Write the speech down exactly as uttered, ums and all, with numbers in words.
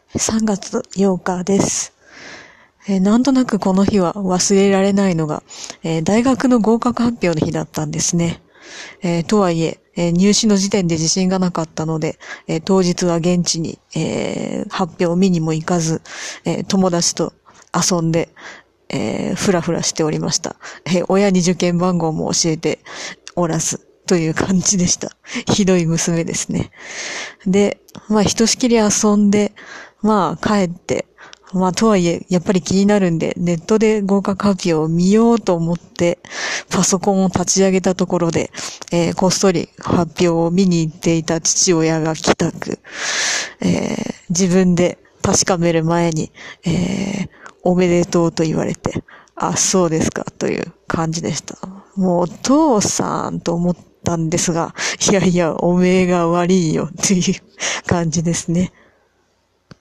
さんがつようかです。えーなんとなくこの日は忘れられないのが、えー大学の合格発表の日だったんですね。えーとはいえ、えー入試の時点で自信がなかったので、えー当日は現地に、えー発表を見にも行かず、えー友達と遊んで、えーふらふらしておりました。えー親に受験番号も教えておらず、という感じでした。ひどい娘ですね。で、まあ、ひとしきり遊んで、まあ、帰って、まあ、とはいえ、やっぱり気になるんで、ネットで合格発表を見ようと思って、パソコンを立ち上げたところで、えーこっそり発表を見に行っていた父親が帰宅、えー自分で確かめる前に、えーおめでとうと言われて、あ、そうですか、という感じでした。もう、お父さんと思ったんですが、いやいや、おめえが悪いよ、という感じですね。